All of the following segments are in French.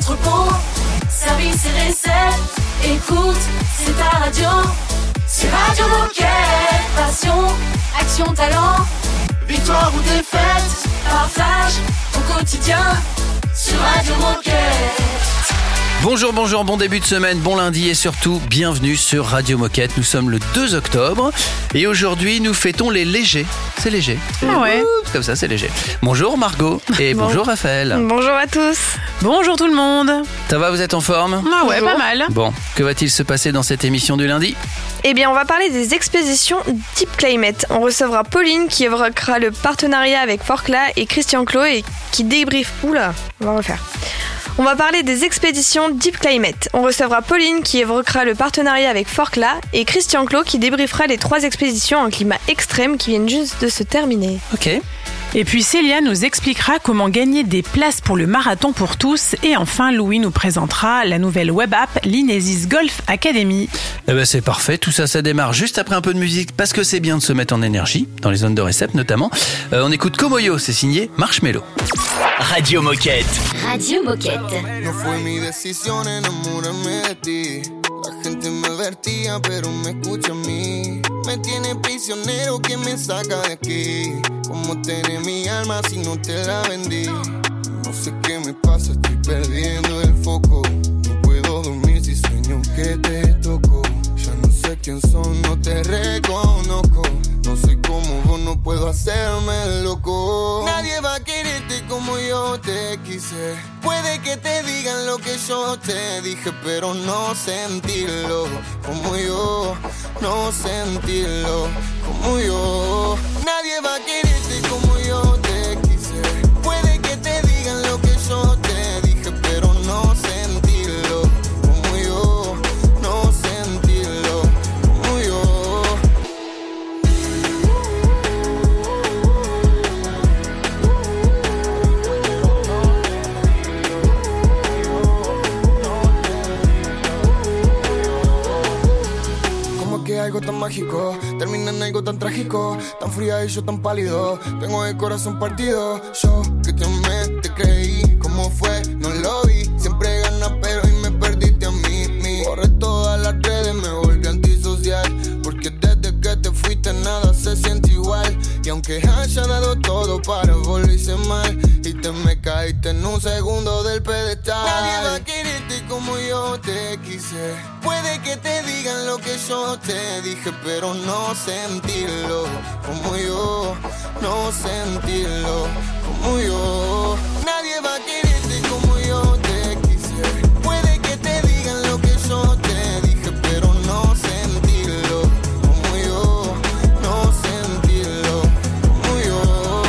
entrepôt, service et recettes. Écoute, c'est ta radio. C'est Radio Moquette. Passion, action, talent. Victoire ou défaite, partage au quotidien sur Radio Moquette. Bonjour, bon début de semaine, bon lundi et surtout bienvenue sur Radio Moquette. Nous sommes le 2 octobre et aujourd'hui nous fêtons les légers. C'est léger. Ah ouais. Comme ça, c'est léger. Bonjour Margot et bonjour Raphaël. Bonjour à tous. Bonjour tout le monde. Ça va, vous êtes en forme ? Ah ouais, pas mal. Bon, que va-t-il se passer dans cette émission du lundi ? Eh bien, on va parler des expéditions Deep Climate. On recevra Pauline qui évoquera le partenariat avec Forclaz et Christian Clot et qui débriefe... Oula, on va refaire. On va parler des expéditions Deep Climate. On recevra Pauline qui évoquera le partenariat avec Forclaz et Christian Clot qui débriefera les 3 expéditions en climat extrême qui viennent juste de se terminer. Ok. Et puis Célia nous expliquera comment gagner des places pour le marathon pour tous. Et enfin, Louis nous présentera la nouvelle web app l'Inesis Golf Academy. Eh ben c'est parfait, tout ça démarre juste après un peu de musique parce que c'est bien de se mettre en énergie, dans les zones de récep notamment. On écoute Komoyo, c'est signé Marshmello. Radio Moquette. Radio Moquette. No fue mi decisión enamorarme de ti. La gente me advertía, pero me escucha a mí. Me tiene prisionero, que me saca de aquí. ¿Cómo tener mi alma si no te la vendí? No sé qué me pasa, estoy perdiendo el foco. No puedo dormir si sueño que te toco. Ya no sé quién son, no te reconozco. No soy como vos, no puedo hacerme loco. Nadie va a quererte como yo te quise. Puede que te digan lo que yo te dije, pero no sentirlo como yo. No sentirlo como yo. Nadie va a quererte como yo te quise. Puede que te digan lo que yo te dije, pero no sentirlo como yo. No sentirlo como yo. Que algo tan mágico termina en algo tan trágico, tan fría y yo tan pálido. Tengo el corazón partido. Yo que te amé, te creí. ¿Cómo fue? No lo vi. Siempre ganas, pero hoy me perdiste a mí. Borré todas las redes, me volví antisocial. Porque desde que te fuiste nada se siente igual. Y aunque haya dado todo para volverse mal, y te me caíste en un segundo del pedestal. Nadie va a quererte como yo te quise. Puede que te digan lo que yo te dije, pero no sentirlo como yo. No sentirlo como yo. Nadie va a quererte como yo te quise. Puede que te digan lo que yo te dije, pero no sentirlo como yo. No sentirlo como yo.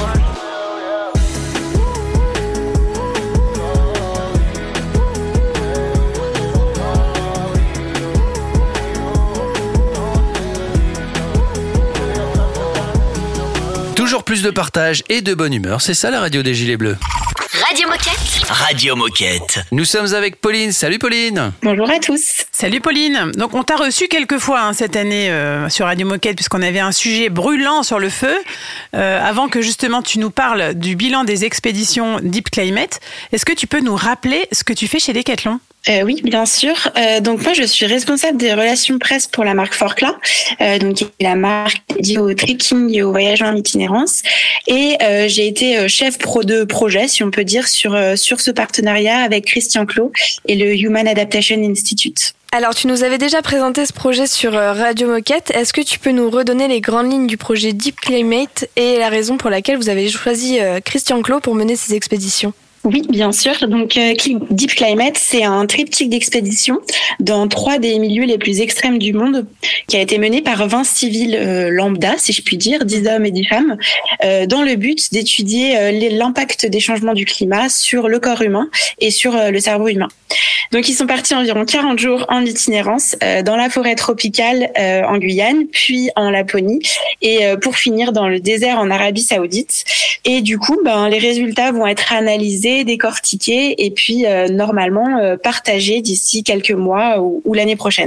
Toujours plus de partage et de bonne humeur, c'est ça la radio des Gilets Bleus. Radio Moquette. Radio Moquette. Nous sommes avec Pauline. Salut Pauline. Bonjour à tous. Salut Pauline. Donc on t'a reçu quelques fois cette année sur Radio Moquette puisqu'on avait un sujet brûlant sur le feu avant que justement tu nous parles du bilan des expéditions Deep Climate. Est-ce que tu peux nous rappeler ce que tu fais chez Decathlon ? Oui, bien sûr. Donc moi, je suis responsable des relations presse pour la marque Forclaz, donc qui est la marque dédiée au trekking et au voyage en itinérance. Et j'ai été chef de projet, si on peut dire, sur ce partenariat avec Christian Clot et le Human Adaptation Institute. Alors, tu nous avais déjà présenté ce projet sur Radio Moquette. Est-ce que tu peux nous redonner les grandes lignes du projet Deep Climate et la raison pour laquelle vous avez choisi Christian Clot pour mener ces expéditions ? Oui, bien sûr. Donc, Deep Climate, c'est un triptyque d'expédition dans 3 des milieux les plus extrêmes du monde, qui a été mené par 20 civils lambda, si je puis dire, 10 hommes et 10 femmes, dans le but d'étudier l'impact des changements du climat sur le corps humain et sur le cerveau humain. Donc, ils sont partis environ 40 jours en itinérance dans la forêt tropicale en Guyane, puis en Laponie, et pour finir dans le désert en Arabie Saoudite. Et du coup, les résultats vont être analysés, décortiqués et puis normalement partagés d'ici quelques mois ou l'année prochaine.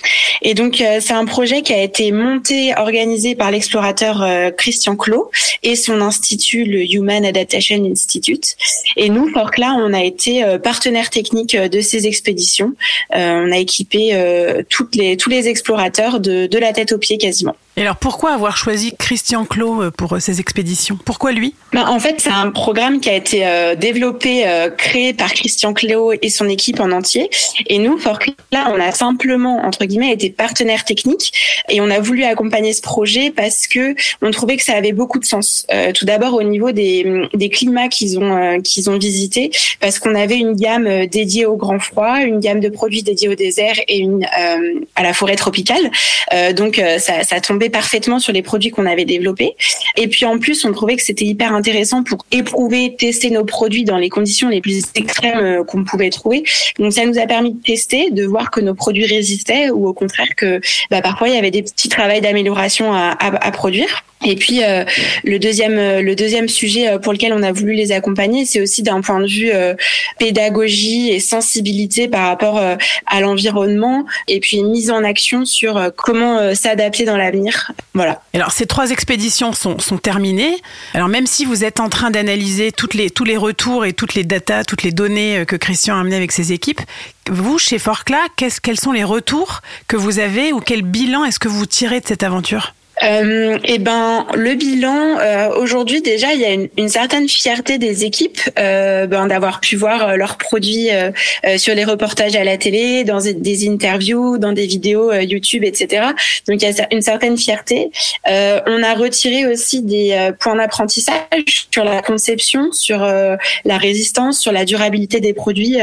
Et donc, c'est un projet qui a été organisé par l'explorateur Christian Clot et son institut, le Human Adaptation Institute. Et nous, Forclaz, on a été partenaire technique de ces expéditions. On a équipé tous les explorateurs de la tête aux pieds quasiment. Et alors, pourquoi avoir choisi Christian Clot pour ces expéditions ? Pourquoi lui ? En fait, c'est un programme qui a été développé, créé par Christian Clot et son équipe en entier. Et nous, Forclaz, on a simplement, entre guillemets, été partenaire technique et on a voulu accompagner ce projet parce que on trouvait que ça avait beaucoup de sens. Tout d'abord au niveau des climats qu'ils ont visités, parce qu'on avait une gamme dédiée au grand froid, une gamme de produits dédiés au désert et une à la forêt tropicale. Donc ça tombait parfaitement sur les produits qu'on avait développés. Et puis en plus, on trouvait que c'était hyper intéressant pour éprouver, tester nos produits dans les conditions les plus extrêmes qu'on pouvait trouver. Donc ça nous a permis de tester, de voir que nos produits résistaient ou au contraire que parfois il y avait des petits travaux d'amélioration à produire. Et puis le deuxième sujet pour lequel on a voulu les accompagner, c'est aussi d'un point de vue pédagogie et sensibilité par rapport à l'environnement et puis mise en action sur comment s'adapter dans l'avenir. Voilà. Alors ces 3 expéditions sont terminées. Alors même si vous êtes en train d'analyser tous les retours et toutes les datas, toutes les données que Christian a amenées avec ses équipes, vous, chez Forclaz, quels sont les retours que vous avez ou quel bilan est-ce que vous tirez de cette aventure ? Le bilan aujourd'hui déjà il y a une certaine fierté des équipes d'avoir pu voir leurs produits sur les reportages à la télé, dans des interviews, dans des vidéos YouTube, etc. Donc il y a une certaine fierté. On a retiré aussi des points d'apprentissage sur la conception, sur la résistance, sur la durabilité des produits.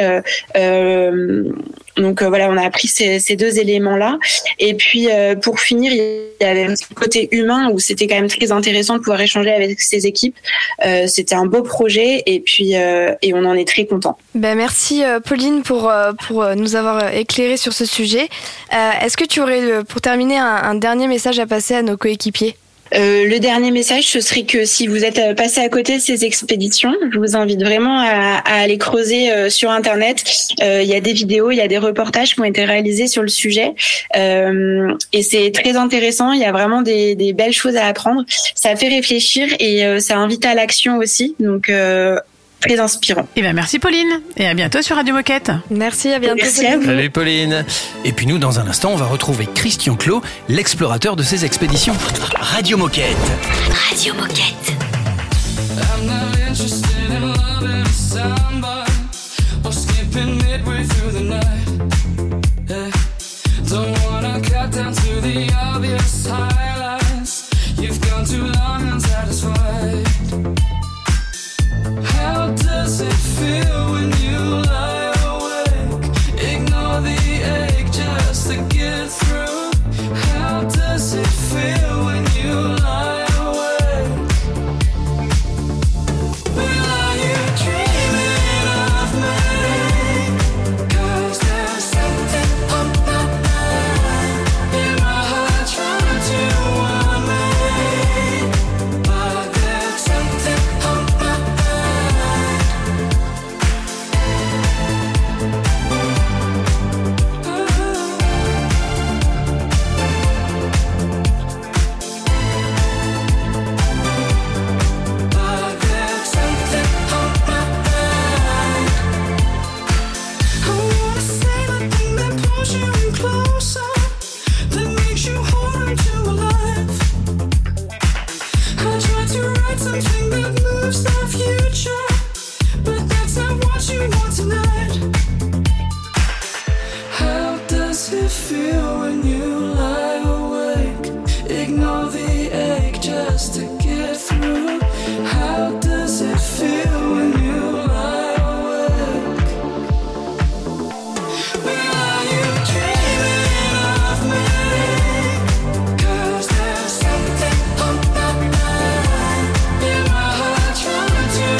Donc voilà, on a appris ces 2 éléments-là. Et puis pour finir, il y avait un côté humain où c'était quand même très intéressant de pouvoir échanger avec ces équipes. C'était un beau projet et puis et on en est très content. Merci Pauline pour nous avoir éclairé sur ce sujet. Est-ce que tu aurais pour terminer un dernier message à passer à nos coéquipiers ? Le dernier message, ce serait que si vous êtes passé à côté de ces expéditions, je vous invite vraiment à aller creuser sur Internet. Il y a des vidéos, il y a des reportages qui ont été réalisés sur le sujet. Et c'est très intéressant. Il y a vraiment des belles choses à apprendre. Ça fait réfléchir et ça invite à l'action aussi. Donc, très inspirant. Eh bien, merci Pauline et à bientôt sur Radio Moquette. Merci, à bientôt. Merci à vous. Salut Pauline. Et puis nous, dans un instant, on va retrouver Christian Clot, l'explorateur de ces expéditions. Radio Moquette. Radio Moquette. I'm not interested in loving somebody or skipping midway through the night. Yeah. Don't wanna cut down to the obvious highlights. You've gone too long unsatisfied. How does it feel when you lie awake? Ignore the ache just to get through. How does it feel when you lie awake? Well, are you dreaming of me? 'Cause there's something on my mind. In my heart trying to warn me. But there's something on my mind. Feel when you lie awake, ignore the ache just to get through. How does it feel when you lie awake? Well, are you dreaming of me? 'Cause there's something on my mind. In my heart trying to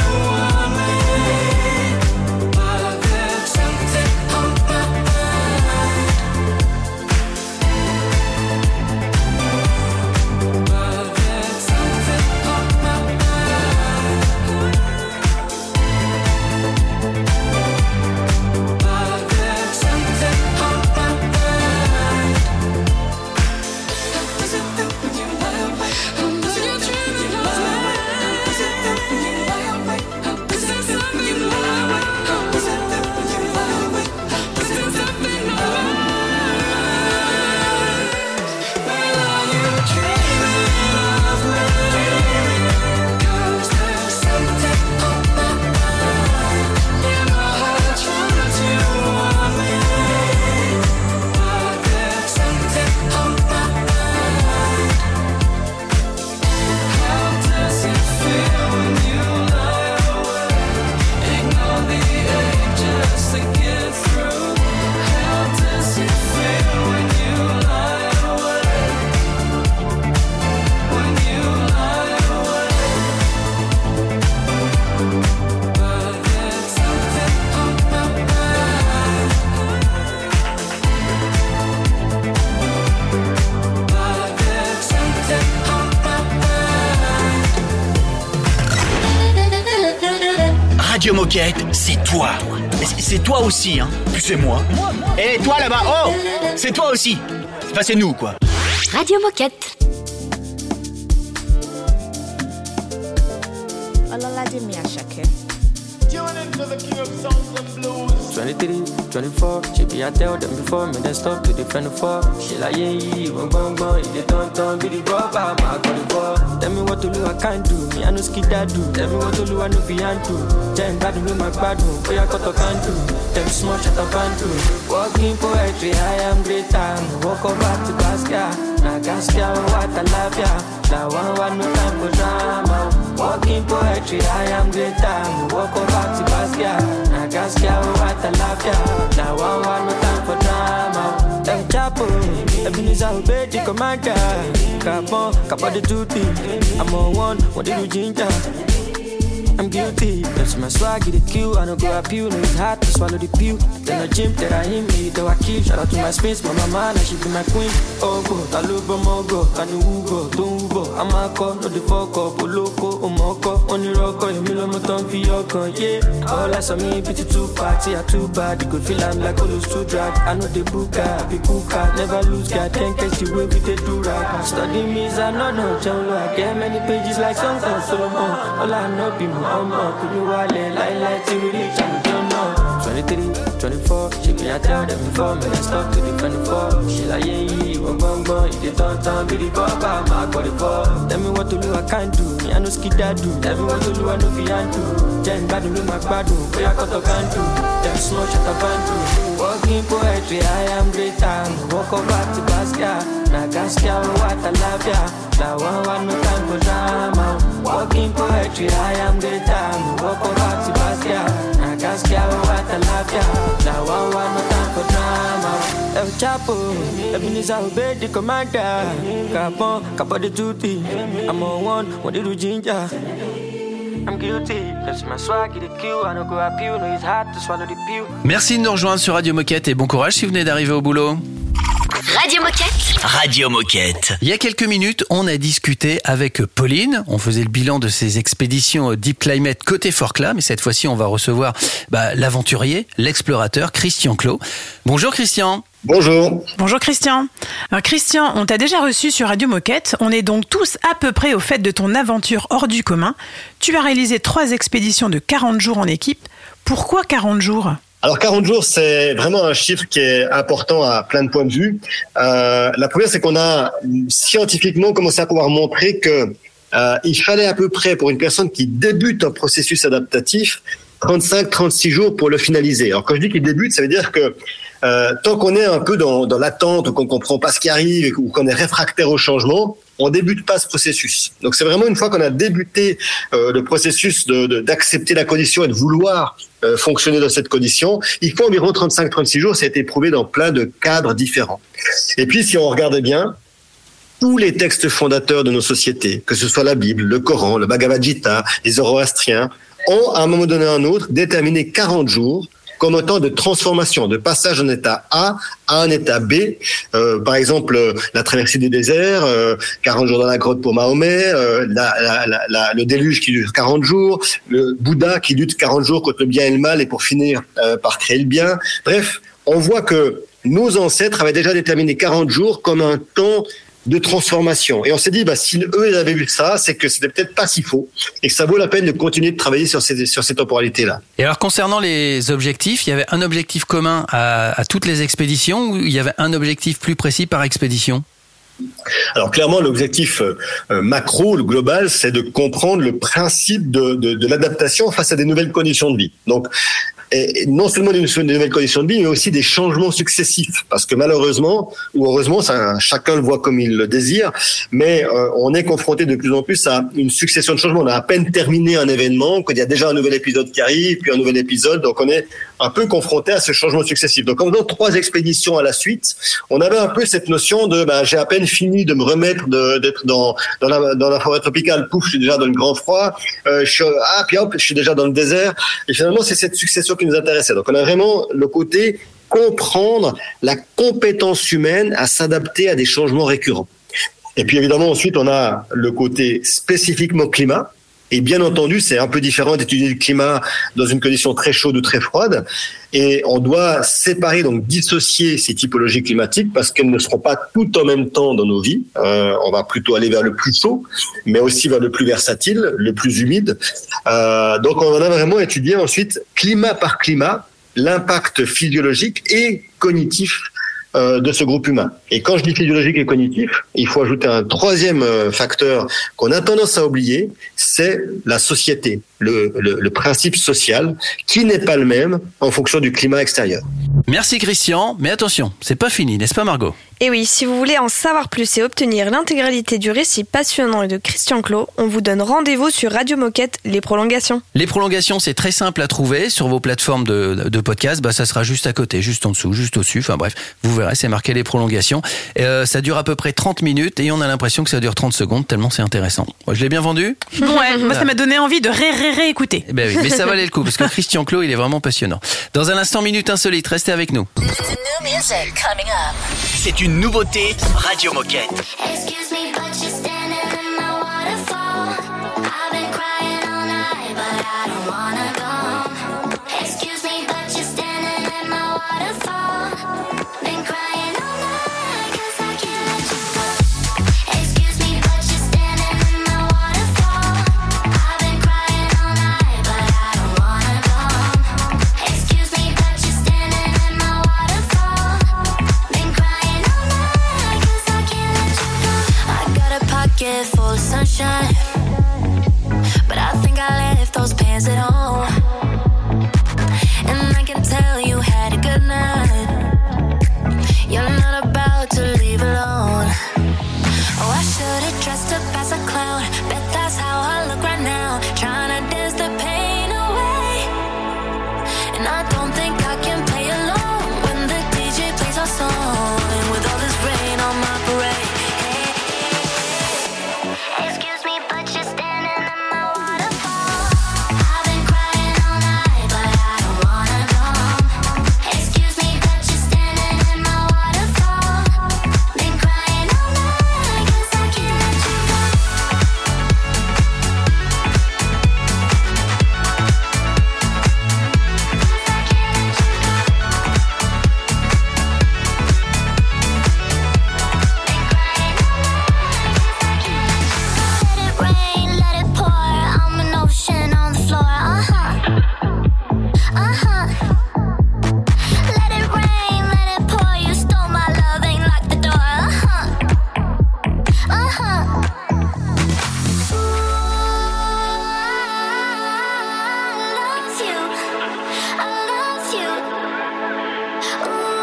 Radio Moquette, c'est toi. Mais c'est toi aussi, hein. Puis c'est moi. Et toi là-bas, oh, c'est toi aussi. Enfin, c'est nous, quoi. Radio Moquette. 23, 24, she be I tell them before me then stop to defend the fuck. She like yeah, bang, you don't be the rubber, my God. Tell me what to do, I can't do. Me I no skid that do. Tell me what to do, I no fian do. Jam bad with my bad room, boy I got to can do. Them small shut up and do. Walking poetry, I am greater. Walk over to Gaskia, na Gaskia what I love ya. Now one no time for drama. Walking poetry, I am greater. Walk over to Gaskia, na Gaskia what I love ya. Now one no time for drama. Them chapo, Ebenezer obey the commander. Capon the duty. I'm on one, what did you ginger? I'm guilty, that's my swag, get the kill. I don't go up you, no it's hard to swallow the pill. Then I gym, that I hit me, though I kill. Shout out to my space, my mama, now she be my queen. Oh go, Taluba Mogo, Kanugo, Dumbo. I'm a call, no the fuck up, Oloko, Omoko, Oniroko, Emilo Moton Fioko, yeah. All I saw me, pity two party, I too bad. You could feel I'm like all those two drag. I know the booker, be cooker, never lose, God, 10 catch the way we did do right. Study me, I know no, Jolo, I get many pages like songs on Solomon. All I know be more. Could you wallet like till we reach and we don't know. 23, 24, she be I tell them before me then stop to defend the fall. She like yeah, bang, you don't be the baba, my God. Tell me what to do, I can't do. Me I no skid that do. Tell me what to do, I no fian do. Jam bad with my bad room, boy I got to can do. Them small shut up and do. Walking poetry, I am greater. Walk over to Gaskia, na Gaskia what I love ya. Now one no time for drama. Walking poetry, I am greater. Walk over to Gaskia, na Gaskia what I love ya. Now one no time for drama. El Chapo, Ebenezer obey the commander. Capon the duty. I'm on one, what did you ginger? I'm guilty, that's my swag, get the kill. I don't go up you, no it's hard to swallow the pill. Merci de nous rejoindre sur Radio Moquette et bon courage si vous venez d'arriver au boulot. Radio Moquette. Radio Moquette. Il y a quelques minutes, on a discuté avec Pauline. On faisait le bilan de ses expéditions Deep Climate côté Forclaz, mais cette fois-ci, on va recevoir l'aventurier, l'explorateur Christian Clot. Bonjour Christian. Bonjour. Bonjour Christian. Alors Christian, on t'a déjà reçu sur Radio Moquette. On est donc tous à peu près au fait de ton aventure hors du commun. Tu as réalisé 3 expéditions de 40 jours en équipe. Pourquoi 40 jours ? Alors 40 jours, c'est vraiment un chiffre qui est important à plein de points de vue. La première, c'est qu'on a scientifiquement commencé à pouvoir montrer que il fallait à peu près, pour une personne qui débute un processus adaptatif, 35-36 jours pour le finaliser. Alors quand je dis qu'il débute, ça veut dire que tant qu'on est un peu dans l'attente, ou qu'on comprend pas ce qui arrive, ou qu'on est réfractaire au changement, on débute pas ce processus. Donc c'est vraiment une fois qu'on a débuté le processus d'accepter la condition et de vouloir fonctionner dans cette condition, il faut environ 35-36 jours. Ça a été prouvé dans plein de cadres différents. Et puis si on regarde bien, tous les textes fondateurs de nos sociétés, que ce soit la Bible, le Coran, le Bhagavad Gita, les Zoroastriens, ont à un moment donné ou à un autre déterminé 40 jours comme un temps de transformation, de passage d'un état A à un état B. Par exemple, la traversée des déserts, 40 jours dans la grotte pour Mahomet, le déluge qui dure 40 jours, le Bouddha qui lutte 40 jours contre le bien et le mal et pour finir par créer le bien. Bref, on voit que nos ancêtres avaient déjà déterminé 40 jours comme un temps de transformation. Et on s'est dit, si eux ils avaient vu ça, c'est que c'était peut-être pas si faux et que ça vaut la peine de continuer de travailler sur ces temporalités-là. Et alors concernant les objectifs, il y avait un objectif commun à toutes les expéditions ou il y avait un objectif plus précis par expédition ? Alors clairement, l'objectif macro, le global, c'est de comprendre le principe de l'adaptation face à des nouvelles conditions de vie. Donc, et non seulement des nouvelles conditions de vie, mais aussi des changements successifs. Parce que malheureusement, ou heureusement, ça, chacun le voit comme il le désire, mais on est confronté de plus en plus à une succession de changements. On a à peine terminé un événement, qu'il y a déjà un nouvel épisode qui arrive, puis un nouvel épisode, donc on est un peu confronté à ce changement successif. Donc en faisant 3 expéditions à la suite, on avait un peu cette notion de j'ai à peine fini de me remettre d'être dans la forêt tropicale, pouf, je suis déjà dans le grand froid, puis hop, je suis déjà dans le désert, et finalement c'est cette succession qui nous intéressait. Donc on a vraiment le côté comprendre la compétence humaine à s'adapter à des changements récurrents. Et puis évidemment ensuite on a le côté spécifiquement climat. Et bien entendu, c'est un peu différent d'étudier le climat dans une condition très chaude ou très froide. Et on doit séparer, donc dissocier ces typologies climatiques parce qu'elles ne seront pas toutes en même temps dans nos vies. On va plutôt aller vers le plus chaud, mais aussi vers le plus versatile, le plus humide. Donc on va vraiment étudier ensuite, climat par climat, l'impact physiologique et cognitif de ce groupe humain. Et quand je dis physiologique et cognitif, il faut ajouter un troisième facteur qu'on a tendance à oublier, c'est la société, le principe social, qui n'est pas le même en fonction du climat extérieur. Merci Christian, mais attention, c'est pas fini, n'est-ce pas Margot ? Et oui, si vous voulez en savoir plus et obtenir l'intégralité du récit passionnant de Christian Clot, on vous donne rendez-vous sur Radio Moquette, les prolongations. Les prolongations, c'est très simple à trouver sur vos plateformes de podcast. Ça sera juste à côté, juste en dessous, juste au-dessus. Enfin bref, vous verrez, c'est marqué les prolongations. Ça dure à peu près 30 minutes et on a l'impression que ça dure 30 secondes tellement c'est intéressant. Moi, je l'ai bien vendu ? Ouais, moi ça m'a donné envie de réécouter. Ben oui, mais ça valait le coup parce que Christian Clot, il est vraiment passionnant. Dans un instant, Minute Insolite, restez avec nous. C'est une nouveauté Radio Moquette. Excuse me, but you're standing in my waterfall. I've been crying all night, but I don't wanna go. Excuse me, but you're standing in my waterfall. Been crying all night, 'cause I can't let you go. Excuse me, but you're standing in my waterfall. I've been crying all night, but I don't wanna go. Excuse me, but you're standing in my waterfall. Been crying all night, 'cause I can't let you go. I got a pocket full of sunshine, but I think I left those pants at home. And I can tell you had a good night. You're not about to leave alone. Oh, I should've dressed up as a clown. Bet that's how I look right now. Trying to dance the pain away. And I don't think I can play alone when the DJ plays our song. And with all this rain on my parade. Excuse me, but you're standing in my waterfall. I've been crying all night, but I don't wanna go. Excuse me, but you're standing in my waterfall. Been crying all night, 'cause I can't let you go. Let it rain, let it pour. I'm an ocean on the floor. Let it rain, let it pour. You stole my love, ain't locked the door. Ooh, I love you. Ooh,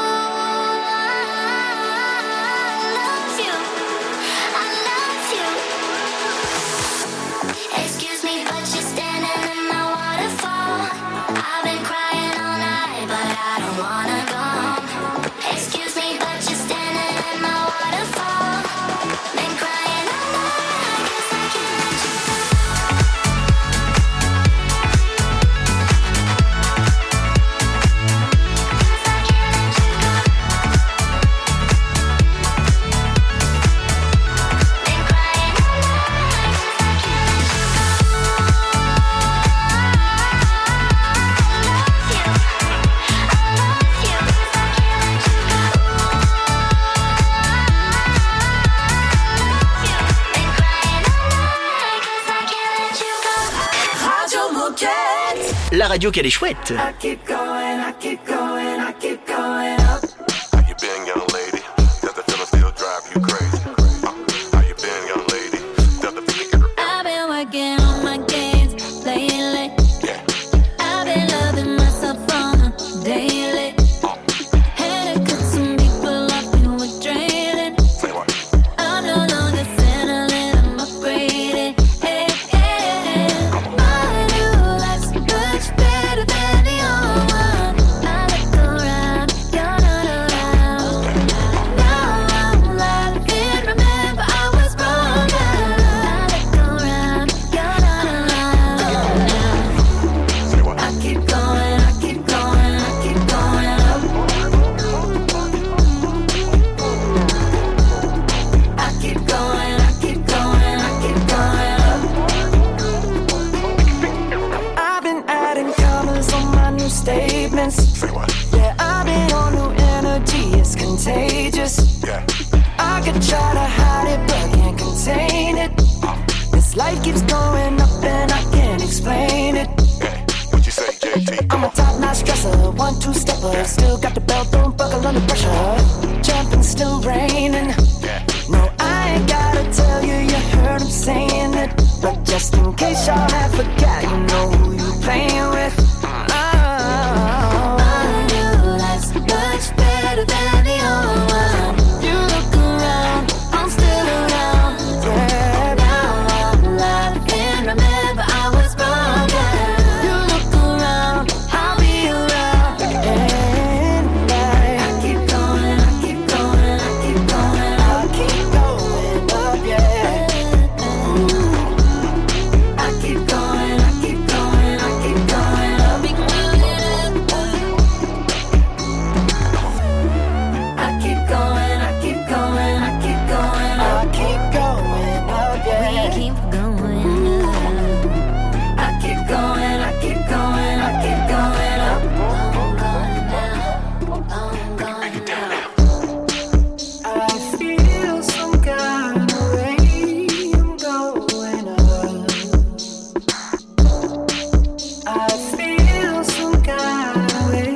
I love you. Excuse me, but you're standing in my waterfall. I've been crying all night, but I don't wanna go. Excuse me, but you're standing in my waterfall. Been crying all night, 'cause I can't let you go. Radio Moquette. La radio qu'elle est chouette. How you been, young lady? Does the feeling still drive you crazy? How you been, young lady? Does the feeling get I've been working on my games lately. I've been loving myself on a daily. Had to cut some people off who were draining. I'm no longer settling, I'm upgraded. My new life's much better than the old one. I let patience. Yeah, I've been on new energy, it's contagious. I could try to hide it, but can't contain it. This life keeps going up and I can't explain it. I'm a top-notch dresser, 1-2 stepper. Still got the belt, don't buckle under pressure. Jumping, still raining. No, I ain't gotta tell you, you heard him saying it. But just in case y'all have forgot, you know who you playing with. Life's much better than the old one. You look around, I'm still around. Yeah, now I'm alive and remember I was broken. You look around, I'll be around. And I keep going, I keep going, I keep going, I keep going up, yeah. I keep going, I keep going, I keep going up. I keep going, I keep going, I keep going, I keep going up, yeah. We keep going up. I keep going, I keep going, I keep going up. I'm going down. I feel some kind of way. I'm going up. I feel some kind of way.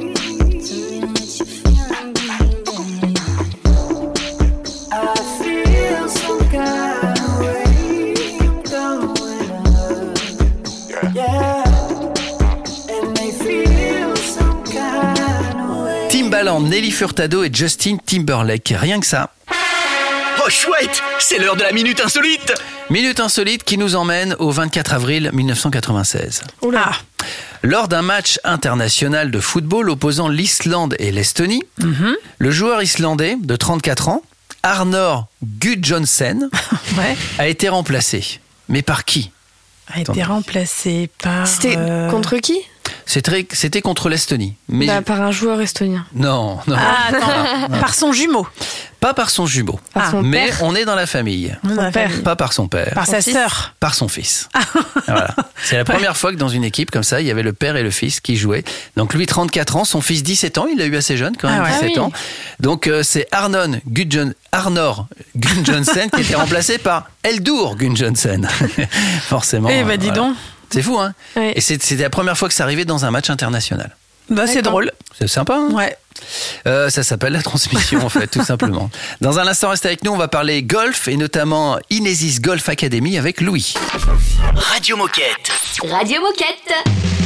I feel some kind of way. I'm going up. Yeah. And they feel some kind of way. Timbaland, Nelly Furtado et Justin Timberlake. Rien que ça. Oh chouette, c'est l'heure de la minute insolite. Minute insolite qui nous emmène au 24 avril 1996. Oula. Lors d'un match international de football opposant l'Islande et l'Estonie, le joueur islandais de 34 ans, Arnór Gudjohnsen, Ouais. a été remplacé. Mais par qui ? A été remplacé par. C'était contre qui? C'était contre l'Estonie. Mais Bah, par un joueur estonien. non, Ah, attends. Par son jumeau. pas par son jumeau. Par son Mais père. on est dans la famille. Son père. Pas par son père. Par sa fils. sœur. Par son fils. Voilà. C'est la première fois que dans une équipe comme ça, il y avait le père et le fils qui jouaient. Donc lui, 34 ans, son fils 17 ans, il l'a eu assez jeune quand même, Ah ouais. 17 Ah oui. ans. Donc c'est Arnór Gudjohnsen qui était remplacé par Eldur Gudjohnsen. Forcément. Eh ben, dis voilà. donc. C'est fou, hein. Ouais. Et c'était la première fois que ça arrivait dans un match international. Bah, c'est D'accord. drôle. C'est sympa, hein. Ouais. Ça s'appelle la transmission en fait, tout simplement. Dans un instant, restez avec nous, on va parler golf et notamment Inesis Golf Academy avec Louis. Radio Moquette. Radio Moquette.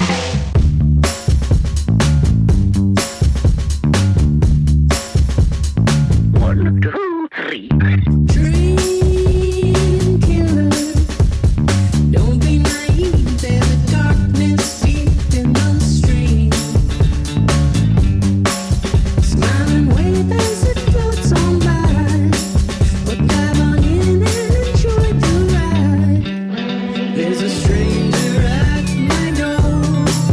Dream killer, don't be naive. There's a darkness deep in the stream. Smile and wave as it floats on by. But dive on in and enjoy the ride. There's a stranger at my door.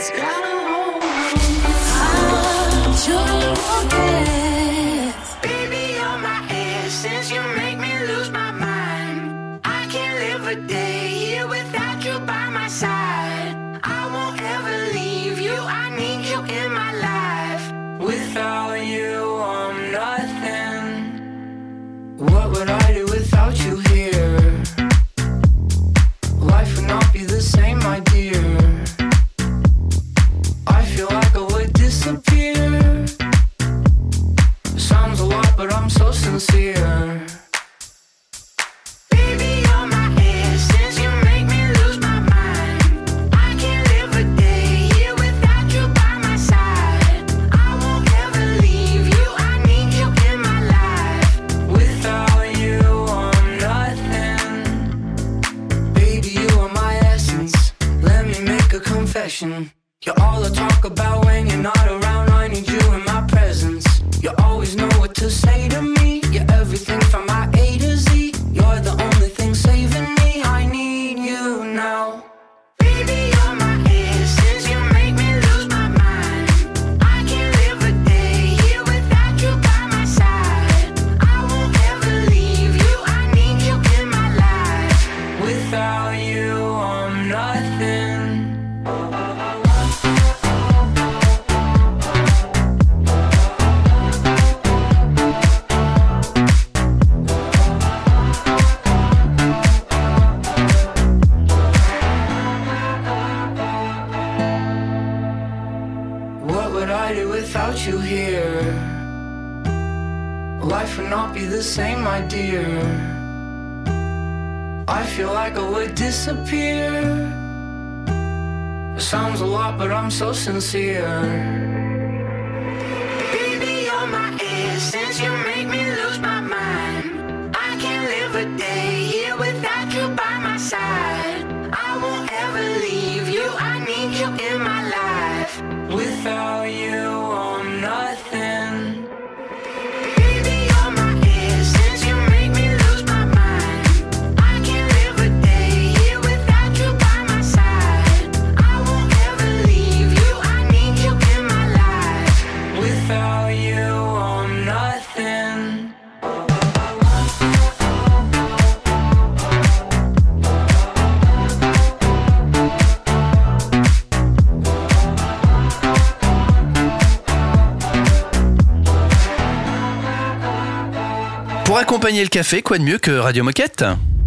It's got a hold on your moquette. Baby, you're my essence. You make me lose my mind. I can't live a day here without you by my side. I won't ever leave you. I need you in my life. Without you, I'm nothing. What would I do without you here? Life would not be the same, my dear. I feel like I would disappear. Sounds a lot, but I'm so sincere. Baby, you're my essence. You make me lose my mind. I can't live a day here without you by my side. I won't ever leave you. I need you in my life. Without you, I'm nothing. Baby, you are my essence. Let me make a confession. You're all I talk about when you're not around. I need you in my presence. You always know what to say to me. You're everything from my A to Z. You're the only thing saving me. I need you now. Baby, you're my essence. You make me lose my mind. I can't live a day here without you by my side. I won't ever leave you. I need you in my life. Without you, I'm nothing. What would I do without you here? Life would not be the same, my dear. I feel like I would disappear. Sounds a lot, but I'm so sincere. Baby, you're my essence. You make me lose my mind. I can't live a day here without you by my side. I won't ever leave you. I need you in my life. Without you, I'm nothing. Baby, you're my essence. You make me lose my mind. I can't live a day here without you by my side. I won't ever leave you. I need you in my life. Without you, I'm nothing. Pour accompagner le café, quoi de mieux que Radio Moquette?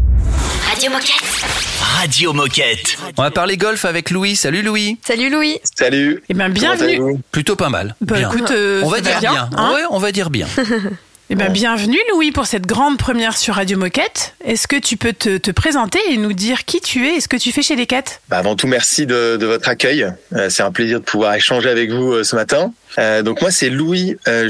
Radio Moquette. Radio Moquette. On va parler golf avec Louis. Salut Louis. Salut Louis. Salut. Eh bien, bienvenue. Plutôt pas mal. Bah, Bien. écoute, On va ça dire bien. hein. Ouais, on va dire bien. Eh bien, bienvenue Louis pour cette grande première sur Radio Moquette. Est-ce que tu peux te présenter et nous dire qui tu es et ce que tu fais chez Decat? Avant tout, merci de votre accueil. C'est un plaisir de pouvoir échanger avec vous ce matin. Donc moi, c'est Louis. Je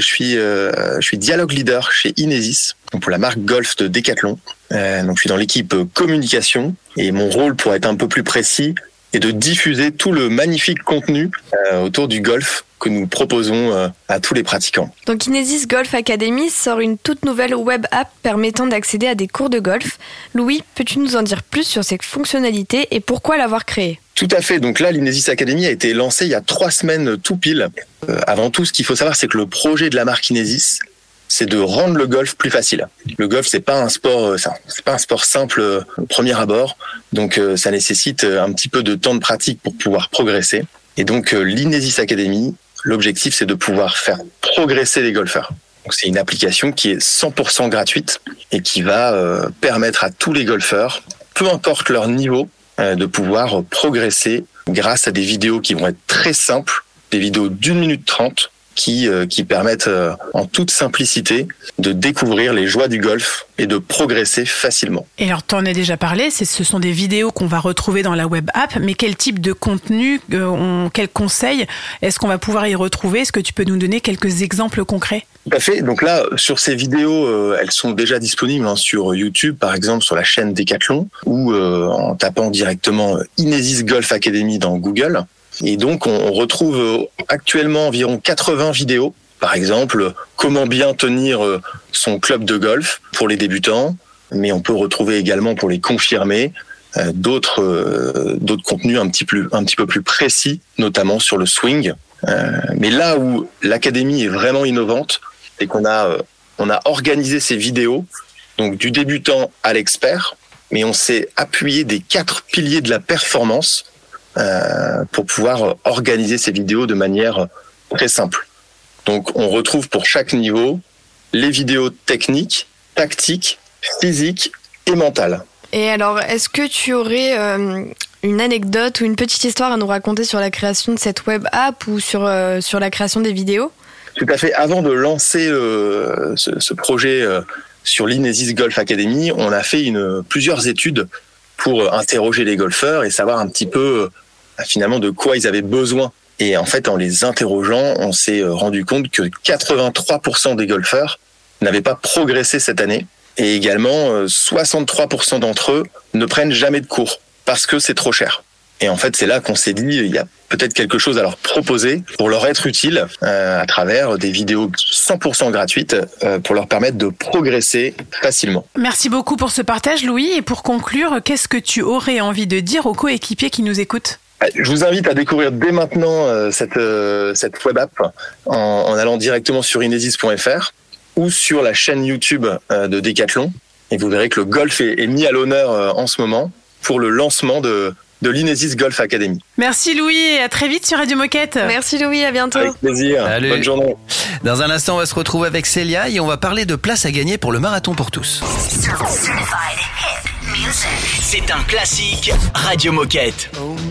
suis dialogue leader chez Inesis, donc pour la marque golf de Decathlon. Donc je suis dans l'équipe communication et mon rôle, pour être un peu plus précis, est de diffuser tout le magnifique contenu autour du golf que nous proposons à tous les pratiquants. Donc Inesis Golf Academy sort une toute nouvelle web app permettant d'accéder à des cours de golf. Louis, peux-tu nous en dire plus sur ses fonctionnalités et pourquoi l'avoir créée? Tout à fait. Donc là, l'Inesis Academy a été lancée il y a 3 semaines tout pile. Avant tout, ce qu'il faut savoir, c'est que le projet de la marque Inesis, c'est de rendre le golf plus facile. Le golf, c'est pas un sport simple au premier abord. Donc ça nécessite un petit peu de temps de pratique pour pouvoir progresser. Et donc l'Inesis Academy, l'objectif, c'est de pouvoir faire progresser les golfeurs. Donc c'est une application qui est 100% gratuite et qui va permettre à tous les golfeurs, peu importe leur niveau, de pouvoir progresser grâce à des vidéos qui vont être très simples, des vidéos d'1 minute 30 qui permettent en toute simplicité de découvrir les joies du golf et de progresser facilement. Et alors, tu en as déjà parlé, ce sont des vidéos qu'on va retrouver dans la web app, mais quel type de contenu, quels conseils est-ce qu'on va pouvoir y retrouver? Est-ce que tu peux nous donner quelques exemples concrets? Tout à fait. Donc là, sur ces vidéos, elles sont déjà disponibles sur YouTube, par exemple, sur la chaîne Decathlon, ou en tapant directement Inesis Golf Academy dans Google. Et donc, on retrouve actuellement environ 80 vidéos. Par exemple, comment bien tenir son club de golf pour les débutants. Mais on peut retrouver également pour les confirmés d'autres contenus un petit peu plus précis, notamment sur le swing. Mais là où l'académie est vraiment innovante, c'est qu'on a organisé ces vidéos, donc du débutant à l'expert, mais on s'est appuyé des 4 piliers de la performance pour pouvoir organiser ces vidéos de manière très simple. Donc on retrouve pour chaque niveau les vidéos techniques, tactiques, physiques et mentales. Et alors, est-ce que tu aurais une anecdote ou une petite histoire à nous raconter sur la création de cette web app ou sur la création des vidéos ? Tout à fait. Avant de lancer ce projet sur l'Inesis Golf Academy, on a fait plusieurs études pour interroger les golfeurs et savoir un petit peu finalement de quoi ils avaient besoin. Et en fait, en les interrogeant, on s'est rendu compte que 83% des golfeurs n'avaient pas progressé cette année. Et également, 63% d'entre eux ne prennent jamais de cours parce que c'est trop cher. Et en fait, c'est là qu'on s'est dit, il y a peut-être quelque chose à leur proposer pour leur être utile à travers des vidéos 100% gratuites pour leur permettre de progresser facilement. Merci beaucoup pour ce partage, Louis. Et pour conclure, qu'est-ce que tu aurais envie de dire aux coéquipiers qui nous écoutent ? Je vous invite à découvrir dès maintenant cette web app en allant directement sur inesis.fr ou sur la chaîne YouTube de Decathlon. Et vous verrez que le golf est mis à l'honneur en ce moment pour le lancement de l'Inesis Golf Academy. Merci Louis et à très vite sur Radio Moquette. Merci Louis, à bientôt. Avec plaisir. Salut. Bonne journée. Dans un instant, on va se retrouver avec Célia et on va parler de places à gagner pour le marathon pour tous. C'est un classique Radio Moquette.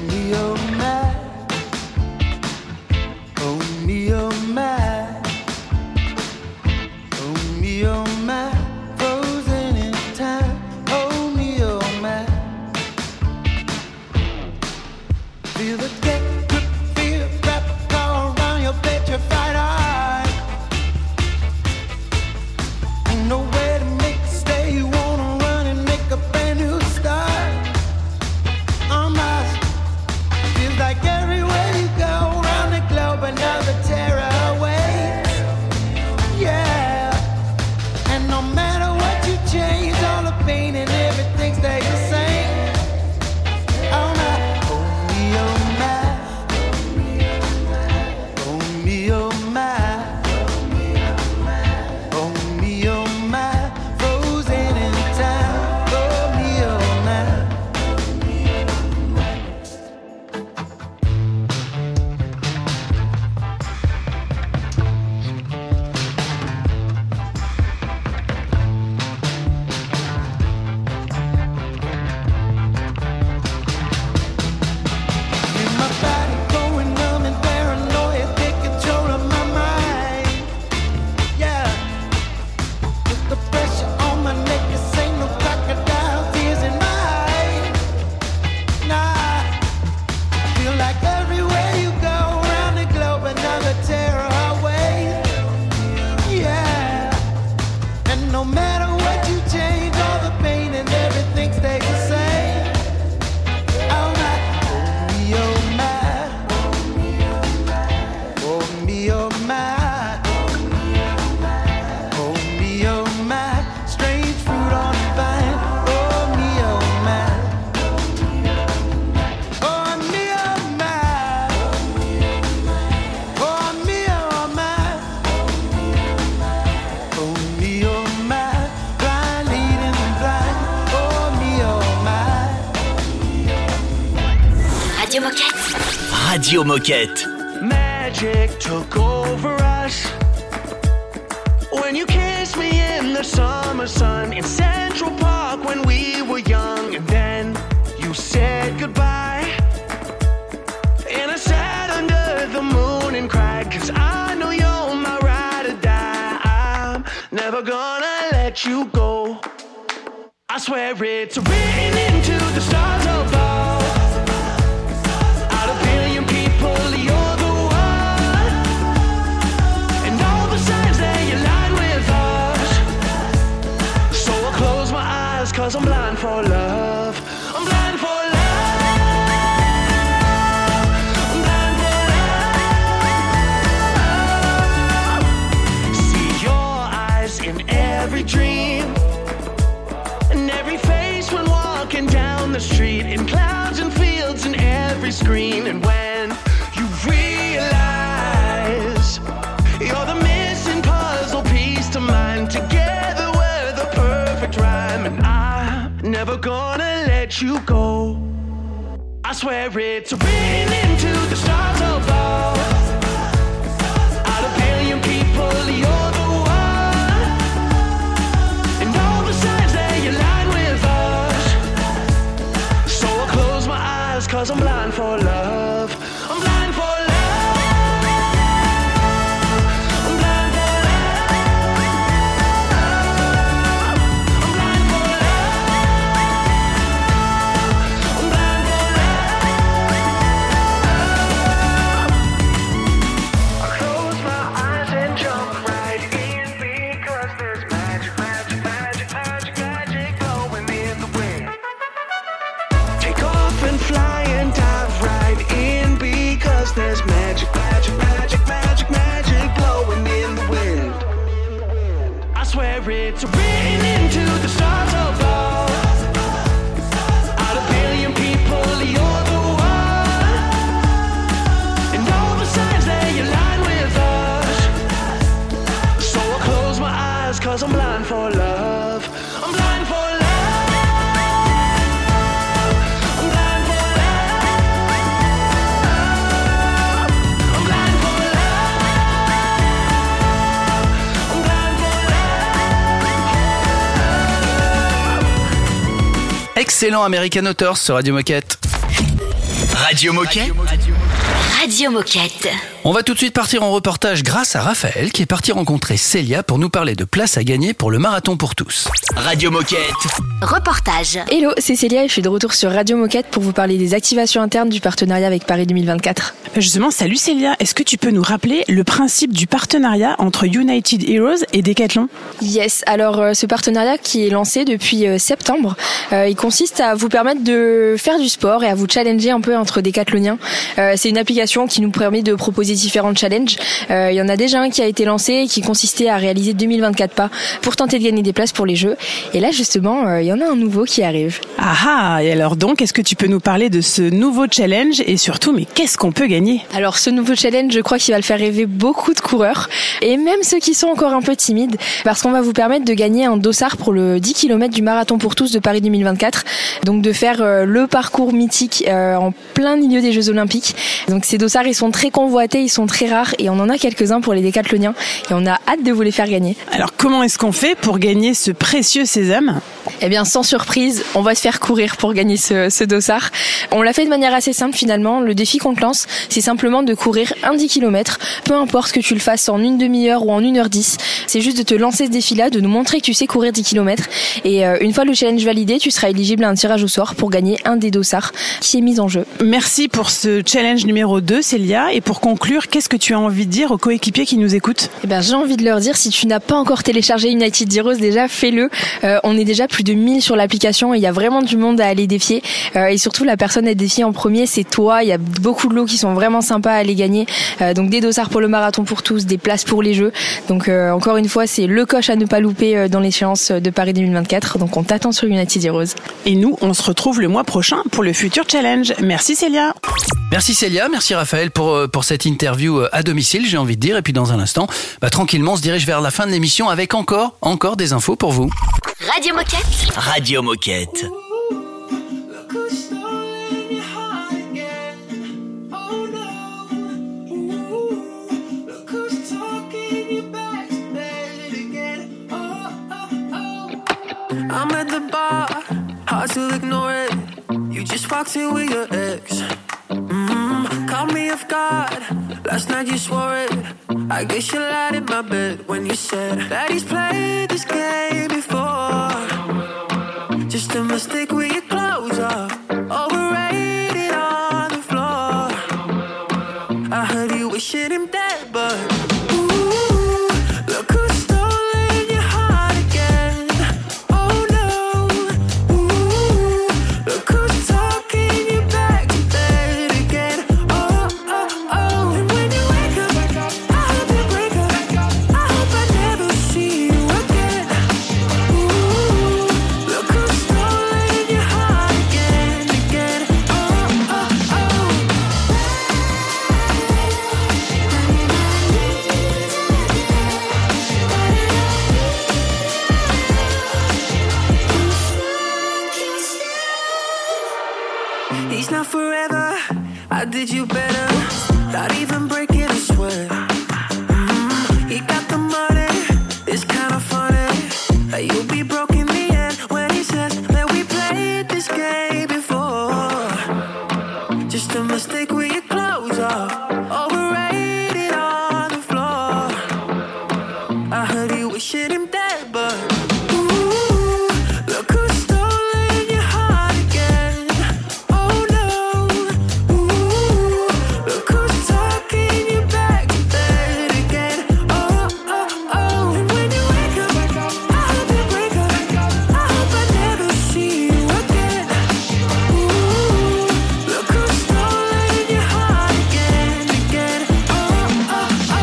Radio Moquette. Magic took over us when you kissed me in the summer sun in Central Park when we were young, and then you said goodbye. And I sat under the moon and cried, 'cause I know you're my ride or die. I'm never gonna let you go. I swear it's written into the stars above. Out of billion people, you're the one. And all the signs that you lied with us. So I close my eyes 'cause I'm blind for love. I'm blind for love. I'm blind for love. See your eyes in every dream. And every face when walking down the street. screen, and when you realize you're the missing puzzle piece to mine, together we're the perfect rhyme, and I'm never gonna let you go. I swear it's written into the stars above. Out of billion people, you're the one, and all the signs that you line with us. So I close my eyes 'cause I'm blind for love. I'm blind for love. I'm blind for love. I'm blind for love. I'm blind for love. I close my eyes and jump right in because there's magic, magic, magic, magic, magic blowing in the wind. Take off and fly and dive right in because there's magic, magic, magic, magic, magic blowing in the wind. I swear it's written into the stars above. Out of billion people, you're the one, and all the signs that you line with us. So I close my eyes 'cause I'm blind for love. I'm blind for love. I'm blind for love. I'm blind for love. I'm blind for love. Excellent American Authors sur Radio Moquette. Radio Moquette. Radio Moquette. On va tout de suite partir en reportage grâce à Raphaël qui est parti rencontrer Célia pour nous parler de places à gagner pour le marathon pour tous. Radio Moquette. Reportage. Hello, c'est Célia et je suis de retour sur Radio Moquette pour vous parler des activations internes du partenariat avec Paris 2024. Justement, salut Célia, est-ce que tu peux nous rappeler le principe du partenariat entre United Heroes et Decathlon ? Yes, alors ce partenariat qui est lancé depuis septembre, il consiste à vous permettre de faire du sport et à vous challenger un peu entre décathloniens. C'est une application qui nous permet de proposer différents challenges. Il y en a déjà un qui a été lancé et qui consistait à réaliser 2024 pas pour tenter de gagner des places pour les Jeux. Et là justement, il y en a un nouveau qui arrive. Ah, et alors donc, est-ce que tu peux nous parler de ce nouveau challenge et surtout, mais qu'est-ce qu'on peut gagner ? Alors ce nouveau challenge, je crois qu'il va le faire rêver beaucoup de coureurs et même ceux qui sont encore un peu timides parce qu'on va vous permettre de gagner un dossard pour le 10 km du marathon pour tous de Paris 2024. Donc de faire le parcours mythique en plein milieu des Jeux Olympiques. Donc ces dossards, ils sont très convoités, ils sont très rares et on en a quelques-uns pour les décathloniens et on a hâte de vous les faire gagner. Alors comment est-ce qu'on fait pour gagner ce précieux sésame ? Eh bien sans surprise, on va se faire courir pour gagner ce dossard. On l'a fait de manière assez simple finalement. Le défi qu'on te lance, c'est simplement de courir un 10 km, peu importe que tu le fasses en une demi-heure ou en 1h10. C'est juste de te lancer ce défi-là, de nous montrer que tu sais courir 10 km. Et une fois le challenge validé, tu seras éligible à un tirage au sort pour gagner un des dossards qui est mis en jeu. Merci pour ce challenge numéro 2, Célia. Et pour conclure, qu'est-ce que tu as envie de dire aux coéquipiers qui nous écoutent ? Eh ben, j'ai envie de leur dire, si tu n'as pas encore téléchargé United Heroes, déjà fais-le. On est déjà plus de 1000 sur l'application et il y a vraiment du monde à aller défier. Et surtout, la personne à défier en premier, c'est toi. Il y a beaucoup de lots qui sont vraiment sympas à aller gagner. Donc des dossards pour le marathon pour tous, des places pour les Jeux. Donc encore une fois, c'est le coche à ne pas louper dans l'échéance de Paris 2024. Donc on t'attend sur United Heroes. Et nous, on se retrouve le mois prochain pour le futur challenge. Merci Célia. Merci Célia, merci Raphaël pour cette interview à domicile, j'ai envie de dire. Et puis dans un instant, tranquillement, on se dirige vers la fin de l'émission avec encore des infos pour vous. Radio Moquette. Radio Moquette. I'm at the bar, hard to ignore it. You just walked in with your ex. Caught me off guard. Last night you swore it. I guess you lied in my bed when you said that he's played this game before. Just a mistake with your clothes off. Overrated on the floor. I heard you wishing him dead, but ooh, look who's stolen your heart again. Oh no, ooh, look who's talking you back to bed again. Oh, oh, oh. And when you wake up, I hope you break up. I hope I never see you again. Ooh, look who's stolen your heart again, again. Oh, oh, oh. better. Not even breaking a sweat. He got the money, it's kinda funny. You'll be broke in the end when he says that we played this game before. Just a mistake with your clothes off. Overrated on the floor. I heard you wishing him dead, but ooh, look who's stolen your heart again. Oh no, ooh, look who's talking you back to bed again. Oh, oh, oh. And when you wake up, I hope you break up. I hope I never see you again. Ooh, look who's stolen your heart again, again. Oh, oh, oh.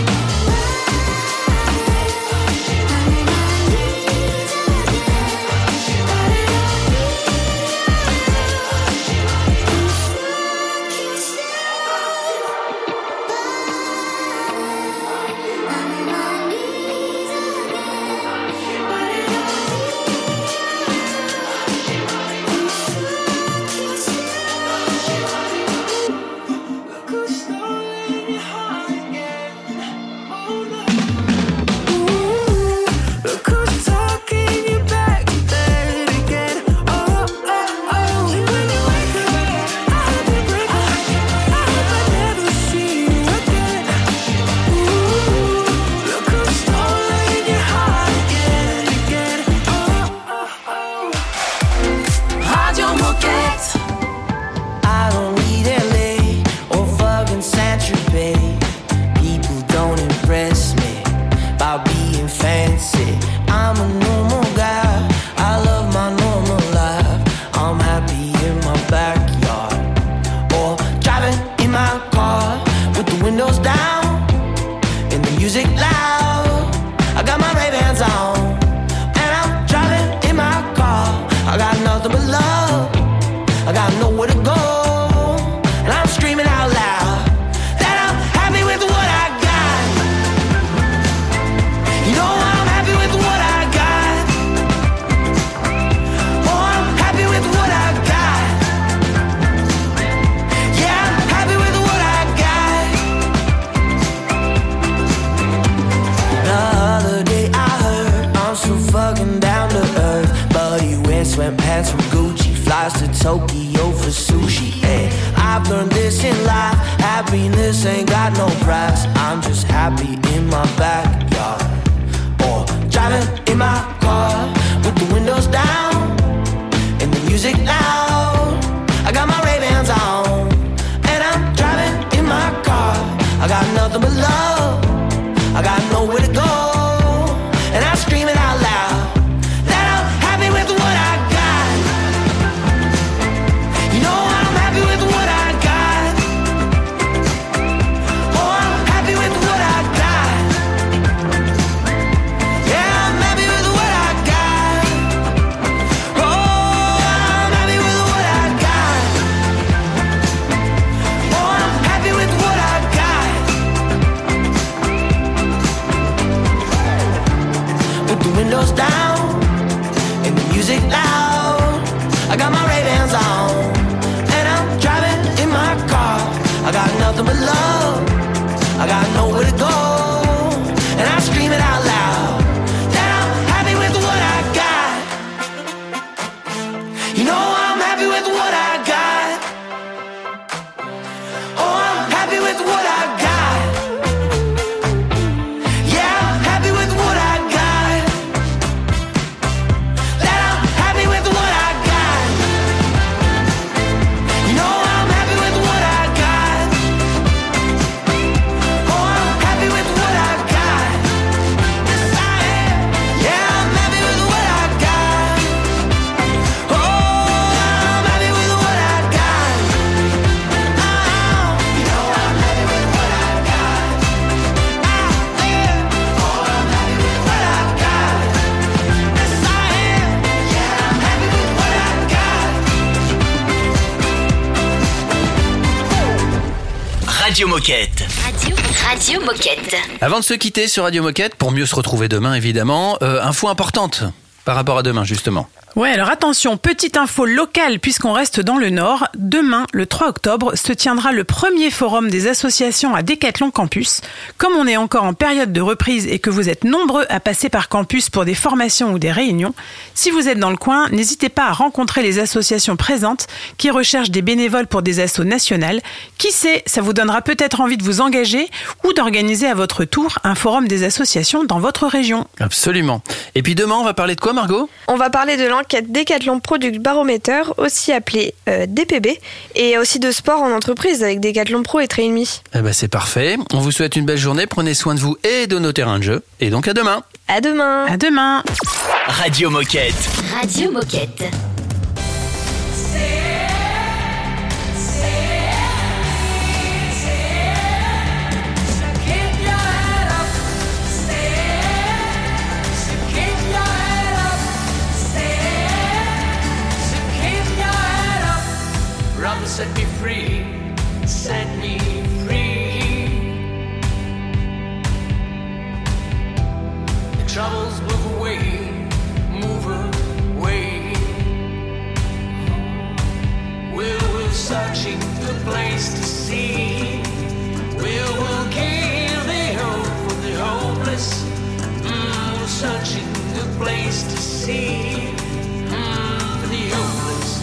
Look who's talking you back to bed again. Oh, oh, oh. And when you wake up, I hope you break up. I hope I never see you again. Ooh, look who's stolen your heart again, again. Oh, oh, oh. Radio Moquette. I don't need LA or fucking Saint-Tropez. People don't impress me by being fancy. I'm a normal guy. I love my normal life. I'm happy in my backyard or driving in my car with the windows down and the music loud. I got my Ray-Bans on and I'm driving in my car. I got nothing but love. I got nowhere to go. And I'm screaming out loud that I'm happy with what I got. You know I'm happy with what I got. Oh, I'm happy with what I got. Yeah, I'm happy with what I got. The other day I heard I'm so fucking down to earth, but he wears sweatpants from Gucci, flies to Tokyo for sushi. Hey, I've learned this in life. Happiness ain't got no price. I'm just happy in my backyard or driving in my car with the windows down and the music loud. I got my Ray-Bans on and I'm driving in my car. I got nothing but love. I got nowhere to go. And I'm screaming out loud that I'm happy with what I got. You know I'm happy with what I got. Oh, I'm happy with what I got. Yeah, I'm happy with what I got. Oh, I'm happy with what I got. Oh, I'm happy with what I got. With the windows down and the music loud. I got my Ray-Bans on and I'm driving in my car. I got nothing but love. I got nowhere to go. And I'm screaming out loud that I'm happy with what I got. You know I'm happy with what I got. Oh, I'm happy with what I got. Yeah, I'm happy with what I got. That I'm happy with what I got. You know I'm happy with what I got. Oh, I'm happy with what I got. Yes, I am. Yeah, I'm happy with what I got. Oh, I'm happy with what I got. You know I'm happy with what I got. Oh, I'm happy with what I got. Yes, I am. Yeah, I'm happy with what I got. Radio Moquette. Radio Moquette. Avant de se quitter sur Radio Moquette, pour mieux se retrouver demain évidemment, info importante. par rapport à demain, justement. Ouais, alors attention, petite info locale puisqu'on reste dans le Nord. Demain, le 3 octobre, se tiendra le premier forum des associations à Décathlon Campus. Comme on est encore en période de reprise et que vous êtes nombreux à passer par campus pour des formations ou des réunions, si vous êtes dans le coin, n'hésitez pas à rencontrer les associations présentes qui recherchent des bénévoles pour des assos nationales. Qui sait, ça vous donnera peut-être envie de vous engager ou d'organiser à votre tour un forum des associations dans votre région. Absolument. Et puis demain, on va parler de quoi, Margot ? On va parler de l'enquête Décathlon Product Barometer, aussi appelée DPB, et aussi de sport en entreprise avec Décathlon Pro et Train Me. Eh ben c'est parfait. On vous souhaite une belle journée. Prenez soin de vous et de nos terrains de jeu. Et donc à demain. À demain. À demain. Radio Moquette. Radio Moquette. Rather set me free, set me free. The troubles move away, move away. We're searching the place to see. We'll give the hope for the hopeless. We're searching the place to see. For the hopeless.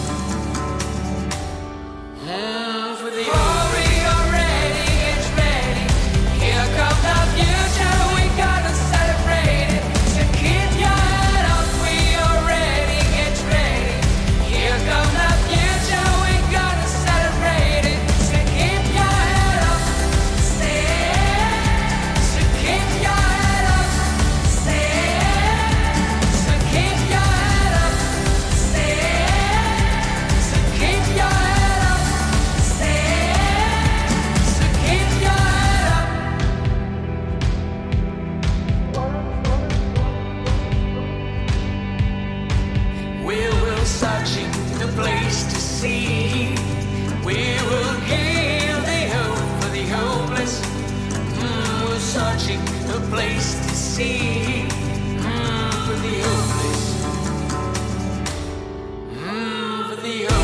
For the hurry already, it's ready. Here comes the future, we gotta celebrate it. So keep your head up, we are ready, it's ready. Here comes the future, we gotta celebrate it. So keep your head up, so keep your head up, so keep your head up, so keep your head up. Searching the place to see. We will give the hope for the hopeless. We're searching the place to see. For the hopeless. For the hopeless.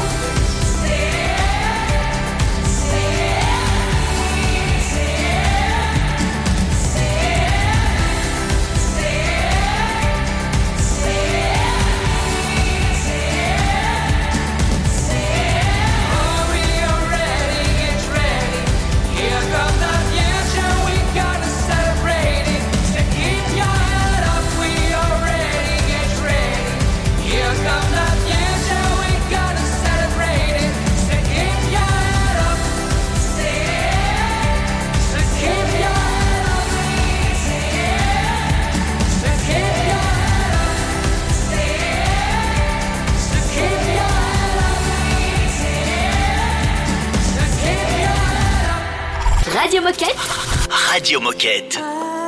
Radio Moquette. Radio Moquette.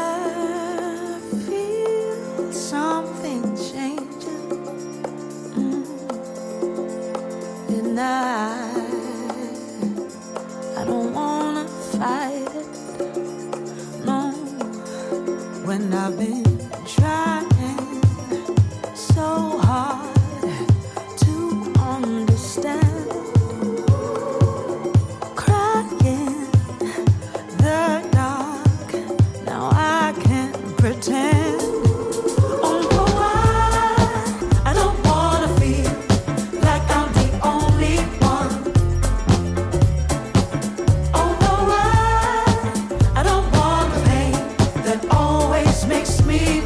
Something changing, and I don't wanna fight it. No, when I've been trying so hard to understand. Pretend. Oh no, I don't wanna feel like I'm the only one. Oh no, I don't want the pain that always makes me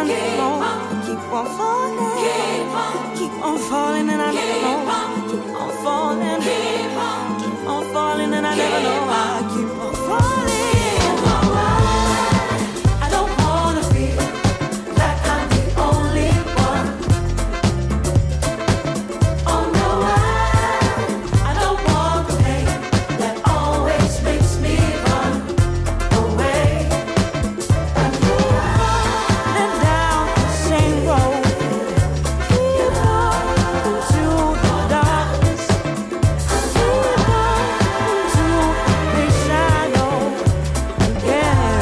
never know. I keep on falling, keep on falling, and I never know. Keep on falling, keep on falling, and I never know. I keep on falling. I don't wanna feel like I'm the only one. Oh no, I don't want the pain that always makes me run away. And down the same road, you know, to the darkness, to the shadow again.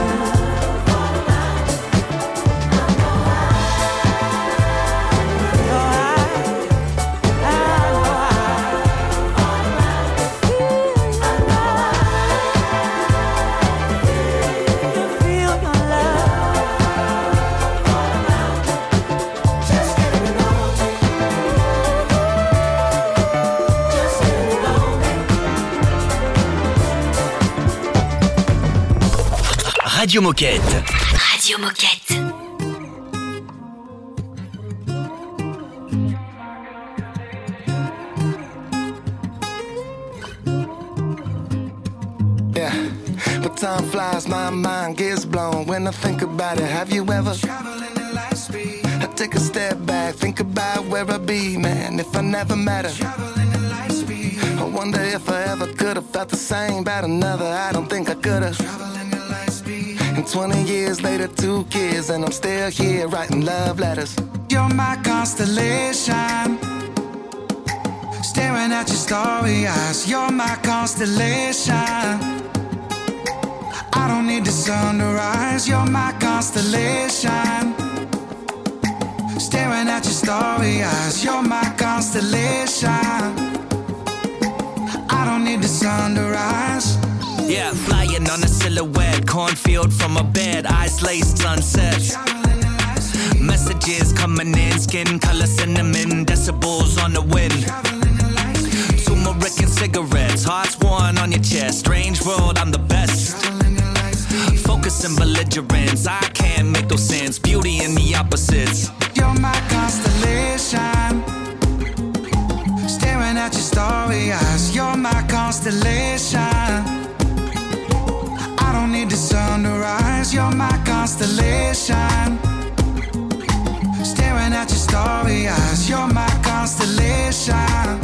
Radio Moquette. Radio Moquette. Yeah, but time flies, my mind gets blown when I think about it. Have you ever traveling at light speed? I take a step back, think about where I'd be, man, if I never met her. Traveling at light speed. I wonder if I ever could have felt the same about another. I don't think I could have. Traveling at light speed. And 20 years later, 2 kids, and I'm still here writing love letters. You're my constellation, staring at your starry eyes. You're my constellation. I don't need the sun to rise. You're my constellation, staring at your starry eyes. You're my constellation. I don't need the sun to rise. Yeah, flying on a silhouette, cornfield from a bed, eyes laced sunsets. Messages coming in, skin color cinnamon, decibels on the wind. Turmeric and cigarettes, hearts worn on your chest. Strange world, I'm the best. Focus and belligerence, I can't make those sense. Beauty in the opposites. You're my constellation, staring at your starry eyes. You're my constellation. I don't need the sun to rise. You're my constellation, staring at your starry eyes. You're my constellation.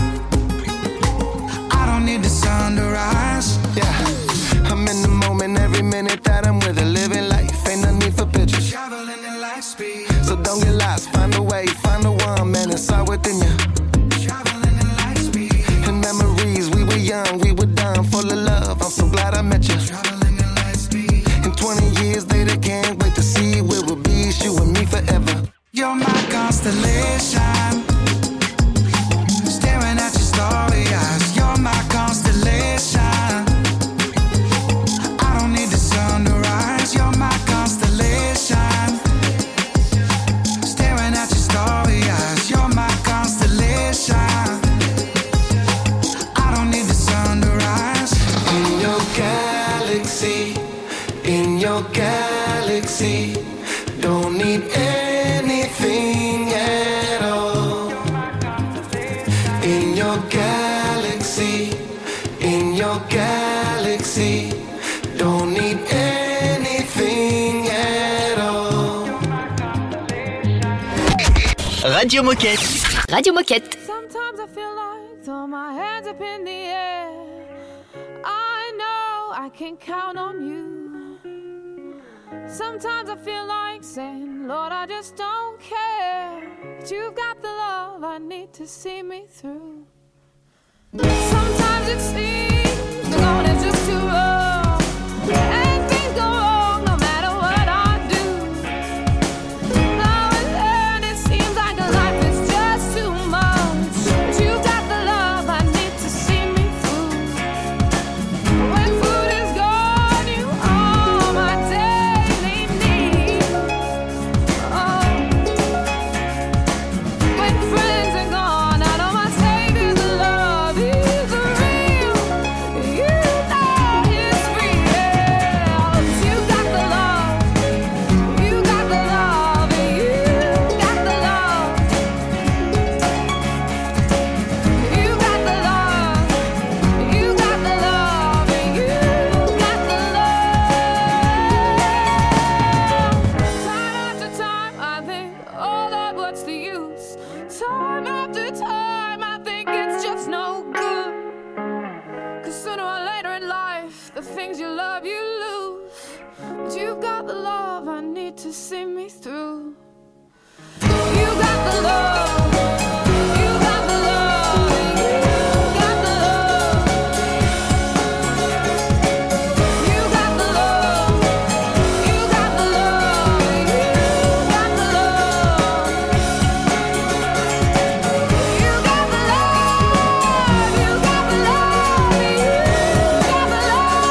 I don't need the sun to rise. Yeah, I'm in the moment every minute that I'm with her, living life. Ain't no need for pictures. Traveling at light speed. So don't get lost. Find a way, find the one, man. It's all within you. Traveling at light speed. And memories, we were young, we were dumb, full of love. I'm so glad I met you. Traveling at light speed. And 20 years later, can't wait to see where we'll be. It's you and me forever. You're my constellation, staring at your starry eyes. You're my constellation. I don't need the sun to rise. You're my constellation, staring at your starry eyes. You're my constellation. I don't need the sun to rise. In your galaxy, in your galaxy, don't need anything at all. In your galaxy, in your galaxy, don't need anything at all. Radio Moquette. Radio Moquette. Sometimes I feel like throw my hands up in the air. I know I can count on you. Sometimes I feel like saying, Lord, I just don't care. But you've got the love I need to see me through. Sometimes it seems the going is just too rough, and things go wrong no matter what I do. Now and then it seems like life is just too much, but you've got the love I need to see me through. When food is gone, you are my daily need. Oh. When friends are gone, I know my Savior's love is real. through. You got the love, you got the love, you got the love. You got the love, you got the love, you got the love. You got the love, you got the love, you got the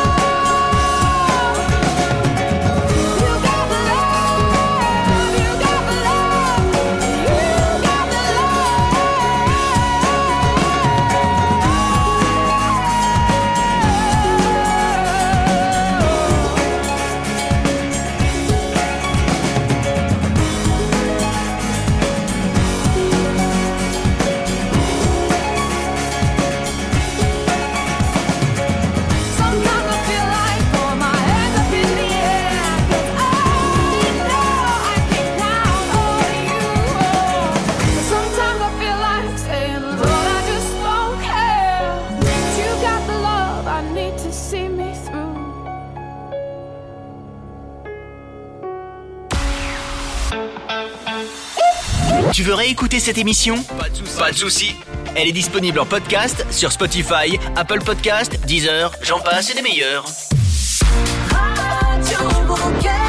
Sometimes I feel like throw my hands up in the air, 'cause I know I can count on you. Sometimes I feel like saying, Lord, I just don't care. But you got the love I need to see me through. Tu veux réécouter cette émission ? Pas de souci. Elle est disponible en podcast sur Spotify, Apple Podcast, Deezer, j'en passe et des meilleurs. Radio Moquette.